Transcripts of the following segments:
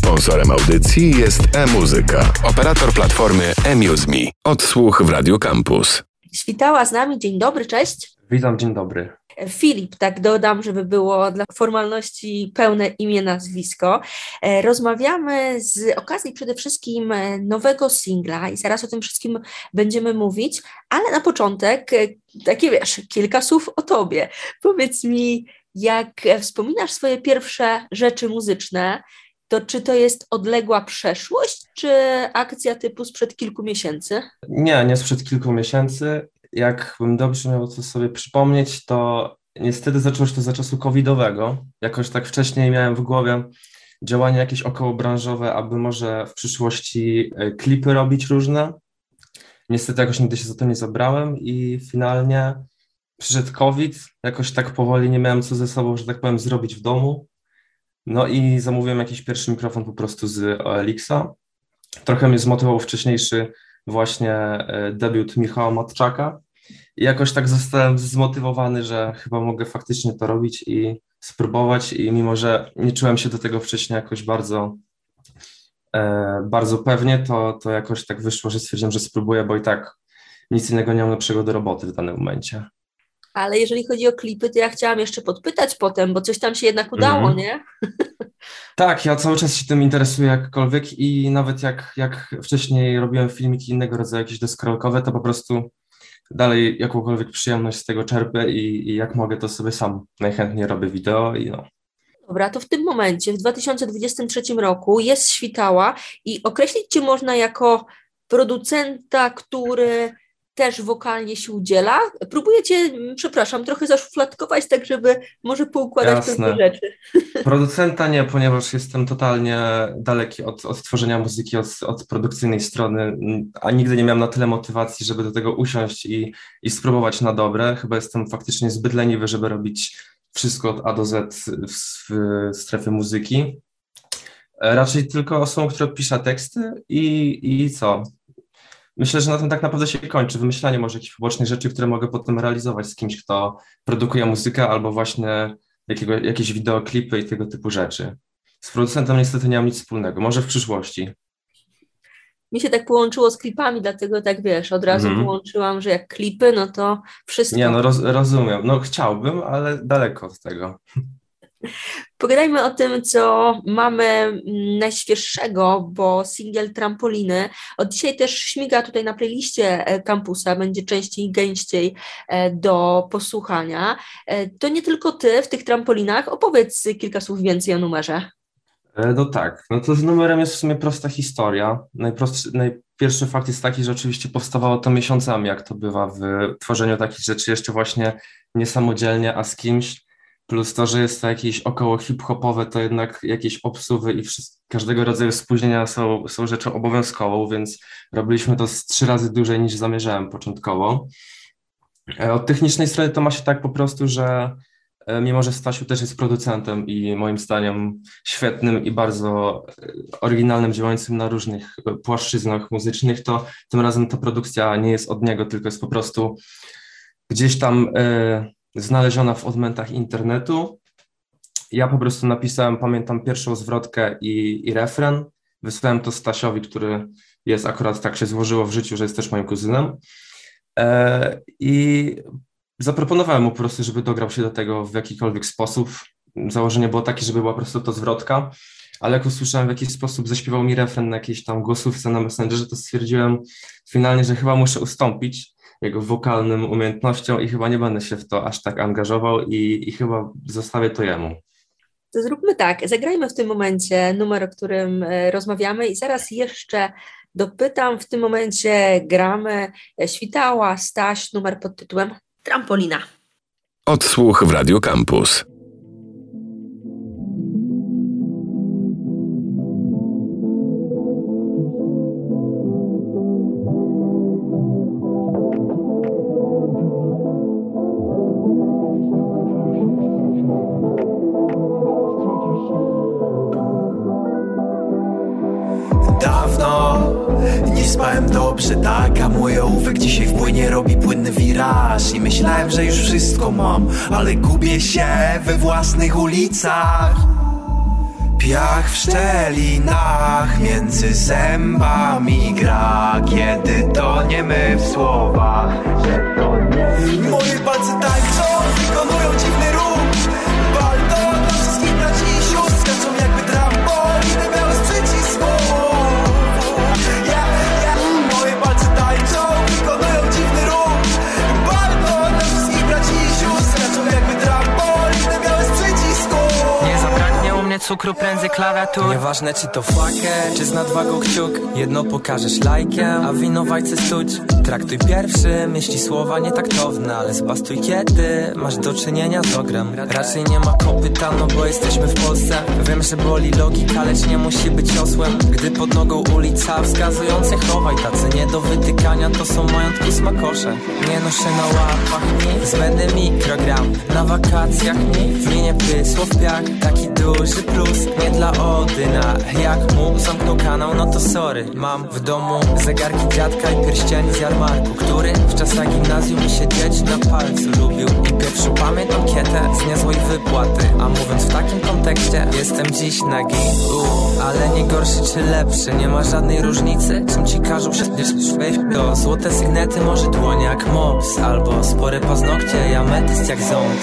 Sponsorem audycji jest e-muzyka, operator platformy eMuseMe. Odsłuch w Radio Campus. Świtała z nami. Dzień dobry, cześć. Witam, dzień dobry. Filip, tak dodam, żeby było dla formalności pełne imię, nazwisko. Rozmawiamy z okazji przede wszystkim nowego singla i zaraz o tym wszystkim będziemy mówić, ale na początek takie kilka słów o tobie. Powiedz mi, jak wspominasz swoje pierwsze rzeczy muzyczne, to czy to jest odległa przeszłość, czy akcja typu sprzed kilku miesięcy? Nie sprzed kilku miesięcy. Jakbym dobrze miał to sobie przypomnieć, to niestety zaczęło się to za czasu covidowego. Jakoś tak wcześniej miałem w głowie działania jakieś okołobranżowe, aby może w przyszłości klipy robić różne. Niestety jakoś nigdy się za to nie zabrałem i finalnie przyszedł COVID. Jakoś tak powoli nie miałem co ze sobą, że tak powiem, zrobić w domu. No i zamówiłem jakiś pierwszy mikrofon po prostu z OLX-a. Trochę mnie zmotywował wcześniejszy właśnie debiut Michała Matczaka i jakoś tak zostałem zmotywowany, że chyba mogę faktycznie to robić i spróbować i mimo, że nie czułem się do tego wcześniej jakoś bardzo pewnie, to jakoś tak wyszło, że stwierdziłem, że spróbuję, bo i tak nic innego nie mam lepszego do roboty w danym momencie. Ale jeżeli chodzi o klipy, to ja chciałam jeszcze podpytać potem, bo coś tam się jednak udało, nie? Tak, ja cały czas się tym interesuję jakkolwiek i nawet jak wcześniej robiłem filmiki innego rodzaju, jakieś deskorolkowe, to po prostu dalej jakąkolwiek przyjemność z tego czerpię i jak mogę, to sobie sam najchętniej robię wideo i no. Dobra, to w tym momencie, w 2023 roku jest Świtała i określić Cię można jako producenta, który też wokalnie się udziela. Próbuję Cię, przepraszam, trochę zaszufladkować, tak żeby może poukładać pewne rzeczy. Producenta nie, ponieważ jestem totalnie daleki od tworzenia muzyki, od produkcyjnej strony, a nigdy nie miałem na tyle motywacji, żeby do tego usiąść i spróbować na dobre. Chyba jestem faktycznie zbyt leniwy, żeby robić wszystko od A do Z w strefie muzyki. Raczej tylko osobą, która pisze teksty i co? Myślę, że na tym tak naprawdę się kończy. Wymyślanie może jakichś pobocznych rzeczy, które mogę potem realizować z kimś, kto produkuje muzykę albo właśnie jakieś wideoklipy i tego typu rzeczy. Z producentem niestety nie mam nic wspólnego. Może w przyszłości. Mi się tak połączyło z klipami, dlatego tak od razu połączyłam, że jak klipy, no to wszystko. Nie, no rozumiem. No chciałbym, ale daleko od tego. Pogadajmy o tym, co mamy najświeższego, bo singiel Trampoliny od dzisiaj też śmiga tutaj na playliście kampusa, będzie częściej i gęściej do posłuchania. To nie tylko ty w tych trampolinach, opowiedz kilka słów więcej o numerze. No tak, no to z numerem jest w sumie prosta historia. Najpierwszy fakt jest taki, że oczywiście powstawało to miesiącami, jak to bywa w tworzeniu takich rzeczy, jeszcze właśnie niesamodzielnie, a z kimś. Plus to, że jest to jakieś około hip-hopowe, to jednak jakieś obsuwy i każdego rodzaju spóźnienia są rzeczą obowiązkową, więc robiliśmy to z 3 razy dłużej niż zamierzałem początkowo. Od technicznej strony to ma się tak po prostu, że mimo, że Stasiu też jest producentem i moim zdaniem świetnym i bardzo oryginalnym, działającym na różnych płaszczyznach muzycznych, to tym razem ta produkcja nie jest od niego, tylko jest po prostu gdzieś tam znaleziona w odmętach internetu. Ja po prostu napisałem, pamiętam, pierwszą zwrotkę i refren. Wysłałem to Stasiowi, który jest akurat, tak się złożyło w życiu, że jest też moim kuzynem. I zaproponowałem mu po prostu, żeby dograł się do tego w jakikolwiek sposób. Założenie było takie, żeby była po prostu to zwrotka, ale jak usłyszałem, w jaki sposób zaśpiewał mi refren na jakiejś tam głosówce na Messengerze, to stwierdziłem finalnie, że chyba muszę ustąpić jego wokalnym umiejętnościom i chyba nie będę się w to aż tak angażował i chyba zostawię to jemu. To zróbmy tak, zagrajmy w tym momencie numer, o którym rozmawiamy i zaraz jeszcze dopytam. W tym momencie gramy Świtała, Staś, numer pod tytułem Trampolina. Odsłuch w Radio Campus. Dawno nie spałem dobrze, tak, a mój ołówek dzisiaj w płynie robi płynny wiraż. I myślałem, że już wszystko mam, ale gubię się we własnych ulicach. Jak w szczelinach między zębami gra, kiedy to nie my w słowach, że to nie. Moje palce tańczą, wykonują dziwny ruch. Balto dla wszystkich braci i sióstr, skaczą jakby trampoliny miały z przycisków. Moje palce tańczą, wykonują dziwny ruch. Balto dla wszystkich braci i sióstr, skaczą jakby trampoliny miały z przycisków. Nie zabraknie u mnie cukru, prędzej klawiatur. Nieważne czy to fakę, czy z nadwagą kciuk. Jedno pokażesz lajkiem, a winowajcy stuć. Traktuj pierwszy, myśli słowa nietaktowne, ale zbastuj kiedy masz do czynienia z ogrem. Raczej nie ma kopyta, no bo jesteśmy w Polsce. Wiem, że boli logika, lecz nie musi być osłem. Gdy pod nogą ulica wskazujące chowaj. Tacy nie do wytykania, to są majątku smakosze. Nie noszę na łapach nic, zbędny mikrogram. Na wakacjach nic, zmienię pysło w piach. Taki duży plus, nie dla Odyna. Jak mu zamknął kanał, no to sorry. Mam w domu zegarki dziadka i pierścień z jarmarku, który w czasach gimnazjum siedzieć na palcu lubił. I pierwszą pamięć ankietę z niezłej wypłaty. A mówiąc w takim kontekście, jestem dziś nagi. Ale nie gorszy czy lepszy, nie ma żadnej różnicy. Czym ci każą przecież to złote sygnety, może dłonie jak mops, albo spore paznokcie i ametyst jak ząb.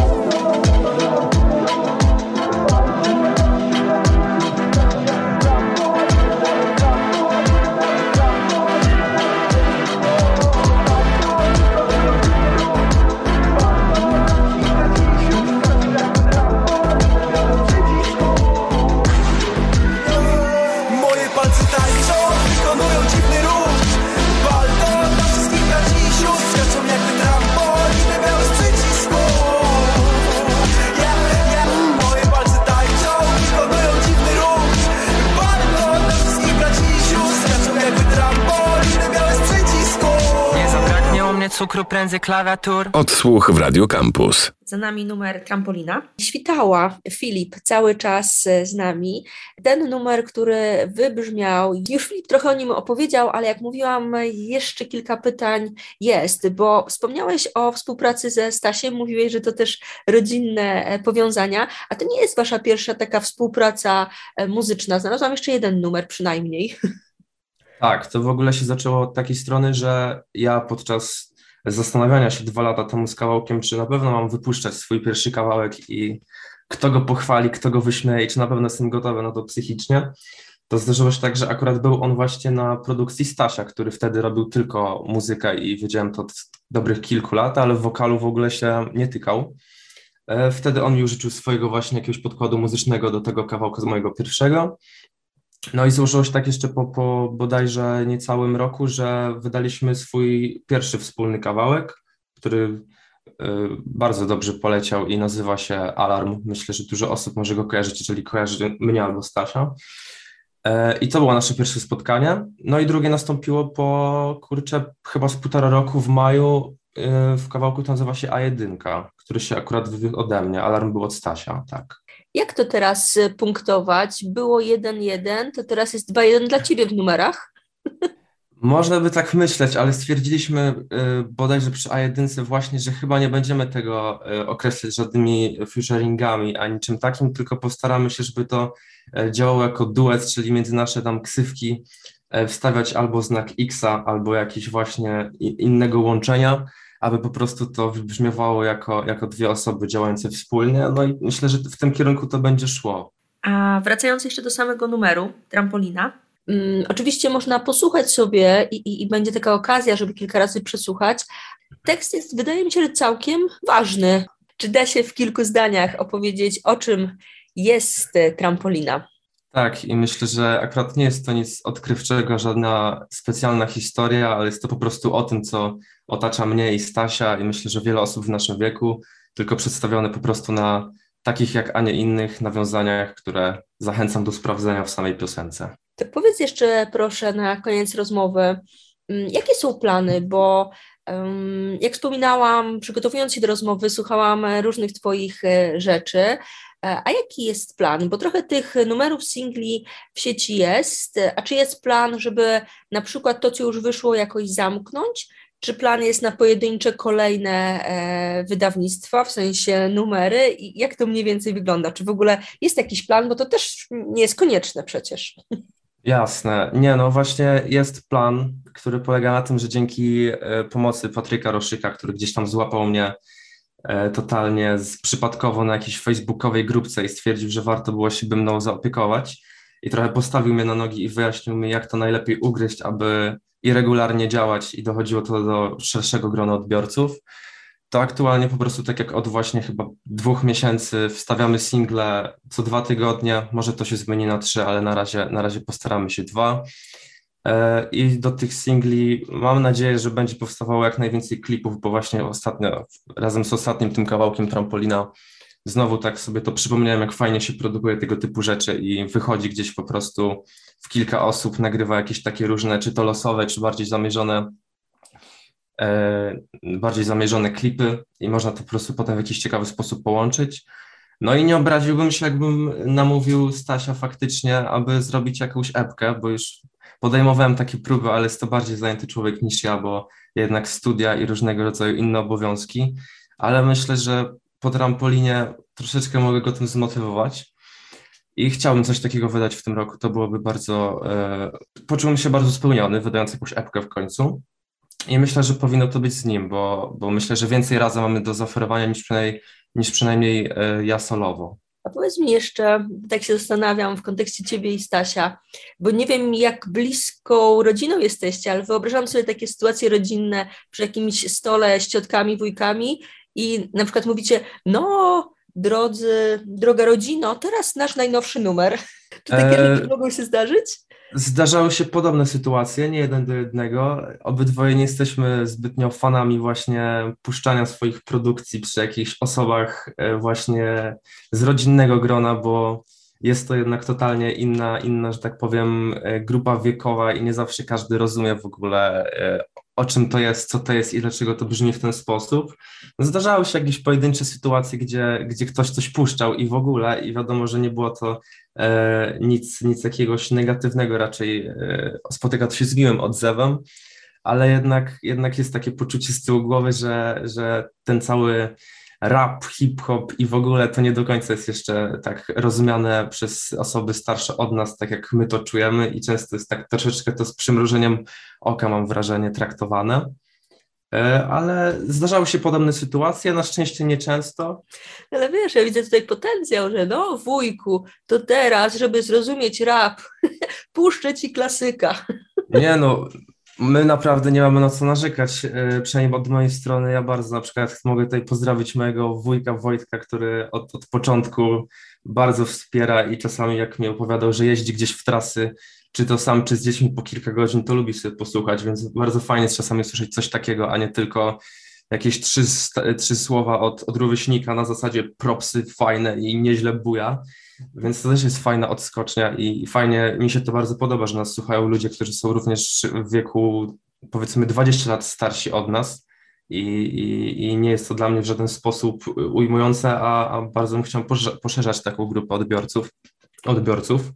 Cukru, prędzej klawiatur. Odsłuch w Radio Campus. Za nami numer Trampolina. Świtała, Filip cały czas z nami. Ten numer, który wybrzmiał, już Filip trochę o nim opowiedział, ale jak mówiłam, jeszcze kilka pytań jest, bo wspomniałeś o współpracy ze Stasiem, mówiłeś, że to też rodzinne powiązania, a to nie jest wasza pierwsza taka współpraca muzyczna. Znalazłam jeszcze jeden numer przynajmniej. Tak, to w ogóle się zaczęło od takiej strony, że ja podczas zastanawiania się 2 lata temu z kawałkiem, czy na pewno mam wypuszczać swój pierwszy kawałek i kto go pochwali, kto go wyśmieje i czy na pewno jestem gotowy na to psychicznie, to zdarzyło się tak, że akurat był on właśnie na produkcji Stasia, który wtedy robił tylko muzykę i wiedziałem to od dobrych kilku lat, ale w wokalu w ogóle się nie tykał. Wtedy on mi użyczył swojego właśnie jakiegoś podkładu muzycznego do tego kawałka z mojego pierwszego. No i złożyło się tak jeszcze po bodajże niecałym roku, że wydaliśmy swój pierwszy wspólny kawałek, który bardzo dobrze poleciał i nazywa się Alarm. Myślę, że dużo osób może go kojarzyć, jeżeli kojarzy mnie albo Stasia. I to było nasze pierwsze spotkanie. No i drugie nastąpiło po, chyba z 1,5 roku w maju w kawałku, to nazywa się A1, który się akurat wywiódł ode mnie. Alarm był od Stasia, tak. Jak to teraz punktować? Było 1-1, to teraz jest 2-1 dla ciebie w numerach? Można by tak myśleć, ale stwierdziliśmy bodajże przy A1 właśnie, że chyba nie będziemy tego określać żadnymi featuringami ani czym takim, tylko postaramy się, żeby to działało jako duet, czyli między nasze tam ksywki wstawiać albo znak X-a, albo jakieś właśnie innego łączenia, aby po prostu to wybrzmiewało jako 2 osoby działające wspólnie. No i myślę, że w tym kierunku to będzie szło. A wracając jeszcze do samego numeru, Trampolina, oczywiście można posłuchać sobie i będzie taka okazja, żeby kilka razy przesłuchać. Tekst jest, wydaje mi się, że całkiem ważny. Czy da się w kilku zdaniach opowiedzieć, o czym jest Trampolina? Tak, i myślę, że akurat nie jest to nic odkrywczego, żadna specjalna historia, ale jest to po prostu o tym, co otacza mnie i Stasia i myślę, że wiele osób w naszym wieku, tylko przedstawione po prostu na takich jak a nie innych nawiązaniach, które zachęcam do sprawdzenia w samej piosence. To powiedz jeszcze proszę na koniec rozmowy, jakie są plany, bo jak wspominałam, przygotowując się do rozmowy, słuchałam różnych twoich rzeczy. A jaki jest plan? Bo trochę tych numerów singli w sieci jest, a czy jest plan, żeby na przykład to, co już wyszło, jakoś zamknąć, Czy plan jest na pojedyncze kolejne wydawnictwa, w sensie numery i jak to mniej więcej wygląda? Czy w ogóle jest jakiś plan, bo to też nie jest konieczne przecież. Jasne. Nie, no właśnie jest plan, który polega na tym, że dzięki pomocy Patryka Roszyka, który gdzieś tam złapał mnie totalnie przypadkowo na jakiejś facebookowej grupce i stwierdził, że warto było się mną zaopiekować i trochę postawił mnie na nogi i wyjaśnił mi, jak to najlepiej ugryźć, aby i regularnie działać i dochodziło to do szerszego grona odbiorców. To aktualnie po prostu tak jak od właśnie chyba 2 miesięcy wstawiamy single co 2 tygodnie, może to się zmieni na 3, ale na razie postaramy się 2. I do tych singli mam nadzieję, że będzie powstawało jak najwięcej klipów, bo właśnie ostatnio, razem z ostatnim tym kawałkiem Trampolina, znowu tak sobie to przypomniałem, jak fajnie się produkuje tego typu rzeczy i wychodzi gdzieś po prostu w kilka osób, nagrywa jakieś takie różne, czy to losowe, czy bardziej zamierzone klipy i można to po prostu potem w jakiś ciekawy sposób połączyć. No i nie obraziłbym się, jakbym namówił Stasia faktycznie, aby zrobić jakąś epkę, bo już podejmowałem takie próby, ale jest to bardziej zajęty człowiek niż ja, bo jednak studia i różnego rodzaju inne obowiązki, ale myślę, że po Trampolinie troszeczkę mogę go tym zmotywować i chciałbym coś takiego wydać w tym roku. To byłoby bardzo... Poczułem się bardzo spełniony, wydając jakąś epkę w końcu i myślę, że powinno to być z nim, bo myślę, że więcej razy mamy do zaoferowania niż przynajmniej ja solowo. A powiedz mi jeszcze, tak się zastanawiam w kontekście ciebie i Stasia, bo nie wiem, jak bliską rodziną jesteście, ale wyobrażam sobie takie sytuacje rodzinne przy jakimś stole z ciotkami, wujkami i na przykład mówicie, no droga rodzino, teraz nasz najnowszy numer. Czy takie rzeczy mogą się zdarzyć? Zdarzały się podobne sytuacje, nie 1:1. Obydwoje nie jesteśmy zbytnio fanami właśnie puszczania swoich produkcji przy jakichś osobach właśnie z rodzinnego grona, bo jest to jednak totalnie inna, że tak powiem, grupa wiekowa i nie zawsze każdy rozumie w ogóle, o czym to jest, co to jest i dlaczego to brzmi w ten sposób. No, zdarzały się jakieś pojedyncze sytuacje, gdzie ktoś coś puszczał i w ogóle i wiadomo, że nie było to nic jakiegoś negatywnego, raczej spotyka to się z miłym odzewem, ale jednak jest takie poczucie z tyłu głowy, że ten cały rap, hip-hop i w ogóle to nie do końca jest jeszcze tak rozumiane przez osoby starsze od nas, tak jak my to czujemy i często jest tak troszeczkę to z przymrużeniem oka, mam wrażenie, traktowane. Ale zdarzały się podobne sytuacje, na szczęście nieczęsto. Ale wiesz, ja widzę tutaj potencjał, że no wujku, to teraz, żeby zrozumieć rap, puszczę ci klasyka. Nie no, my naprawdę nie mamy na co narzekać, przynajmniej od mojej strony. Ja bardzo na przykład mogę tutaj pozdrowić mojego wujka Wojtka, który od początku bardzo wspiera i czasami jak mi opowiadał, że jeździ gdzieś w trasy, czy to sam, czy z dziećmi po kilka godzin, to lubi sobie posłuchać, więc bardzo fajnie jest czasami słyszeć coś takiego, a nie tylko jakieś trzy słowa od rówieśnika na zasadzie propsy fajne i nieźle buja, więc to też jest fajna odskocznia i fajnie, mi się to bardzo podoba, że nas słuchają ludzie, którzy są również w wieku powiedzmy 20 lat starsi od nas i nie jest to dla mnie w żaden sposób ujmujące, a bardzo bym chciał poszerzać taką grupę odbiorców.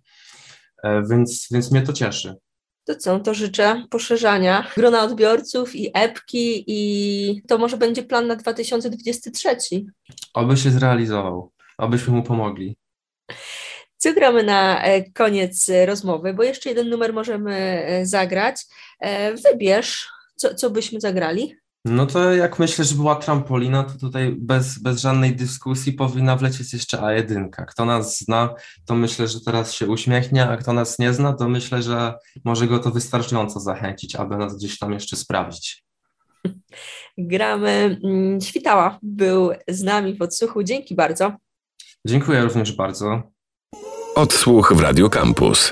Więc mnie to cieszy. To co, to życzę poszerzania grona odbiorców i epki i to może będzie plan na 2023. Oby się zrealizował, abyśmy mu pomogli. Co gramy na koniec rozmowy, bo jeszcze jeden numer możemy zagrać. Wybierz, co byśmy zagrali. No to jak myślę, że była Trampolina, to tutaj bez żadnej dyskusji powinna wlecieć jeszcze A1. Kto nas zna, to myślę, że teraz się uśmiechnie, a kto nas nie zna, to myślę, że może go to wystarczająco zachęcić, aby nas gdzieś tam jeszcze sprawdzić. Gramy. Świtała był z nami w Odsłuchu. Dzięki bardzo. Dziękuję również bardzo. Odsłuch w Radio Campus.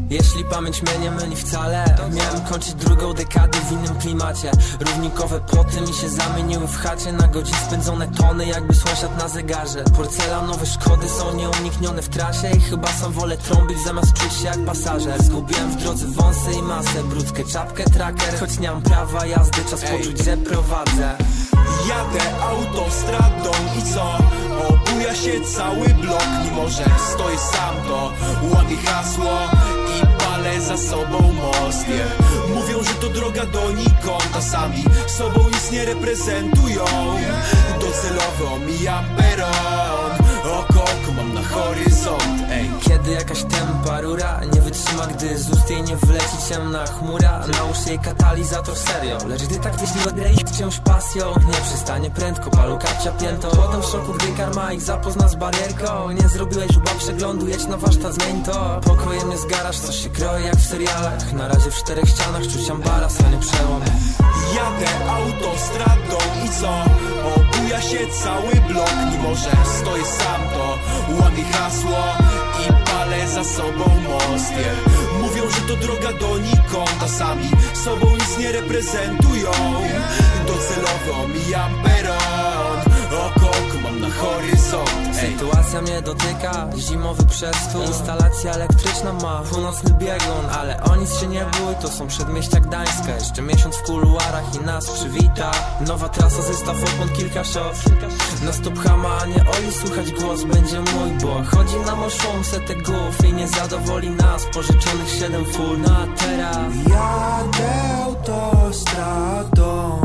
Jeśli pamięć mnie nie myli wcale, miałem kończyć drugą dekadę w innym klimacie. Równikowe płoty mi się zamieniły w chacie na godzin spędzone tony, jakby sąsiad na zegarze. Porcelanowe szkody są nieuniknione w trasie i chyba sam wolę trąbić zamiast czuć się jak pasażer. Zgubiłem w drodze wąsy i masę, brudkę, czapkę, tracker. Choć nie mam prawa jazdy, czas poczuć, że prowadzę. Jadę autostradą i co? Obuja się cały blok, mimo że stoję sam, to łamię hasło i palę za sobą most, yeah. Mówią, że to droga donikąd, a sami sobą nic nie reprezentują. Docelowo omijam peron, oko mam na horyzont, ej. Kiedy jakaś tempa rura nie wytrzyma, gdy z ust jej nie wleci ciemna chmura, nałóż jej katalizator serio. Lecz gdy tak wieśni odgrei wciąż pasją, nie przystanie prędko, palu kapcia pięto. Potem w szoku, gdy karma ich zapozna z barierką. Nie zrobiłeś chyba przeglądu, jedź na warsztat, zmień to. Pokojem jest garaż, co się kroi jak w serialach. Na razie w 4 ścianach czuć ambaras, a nie przełom. Jadę autostradą i co? Obuja się cały blok, mimo że stoję sam, to łamię hasło i palę za sobą most, yeah. Mówią, że to droga donikąd, a sami sobą nic nie reprezentują. Docelowo omijam peron, oko mam na horyzont, ej. Sytuacja mnie dotyka, zimowy przestój. Instalacja elektryczna ma północny biegun, ale o nic się nie bój, to są przedmieścia Gdańska. Jeszcze miesiąc w kuluarach i nas przywita nowa trasa, zestaw opon, kilka szos. Na stop Hama, a nie Oli, słuchać głos będzie mój, bo chodzi nam o szum, setek głów i nie zadowoli nas pożyczonych 7 full. No a teraz jadę autostradą,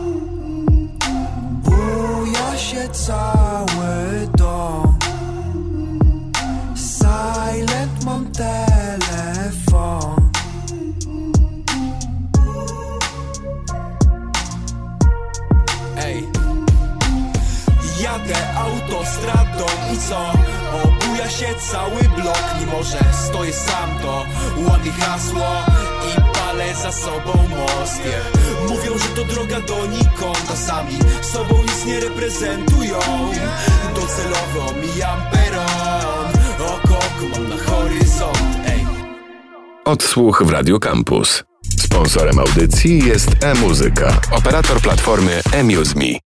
buja się cały dom. Silent mam telefon. Ej. Jadę autostradą i co? Obuja się cały blok, mimo że stoję sam, to łamię hasło i palę za sobą most, yeah. Mówią, że to droga donikąd, a sami sobą nic nie reprezentują. Docelowo omijam peron, oko mam na horyzont, ej. Odsłuch w Radio Campus. Sponsorem audycji jest e-muzyka, operator platformy eMuseMe.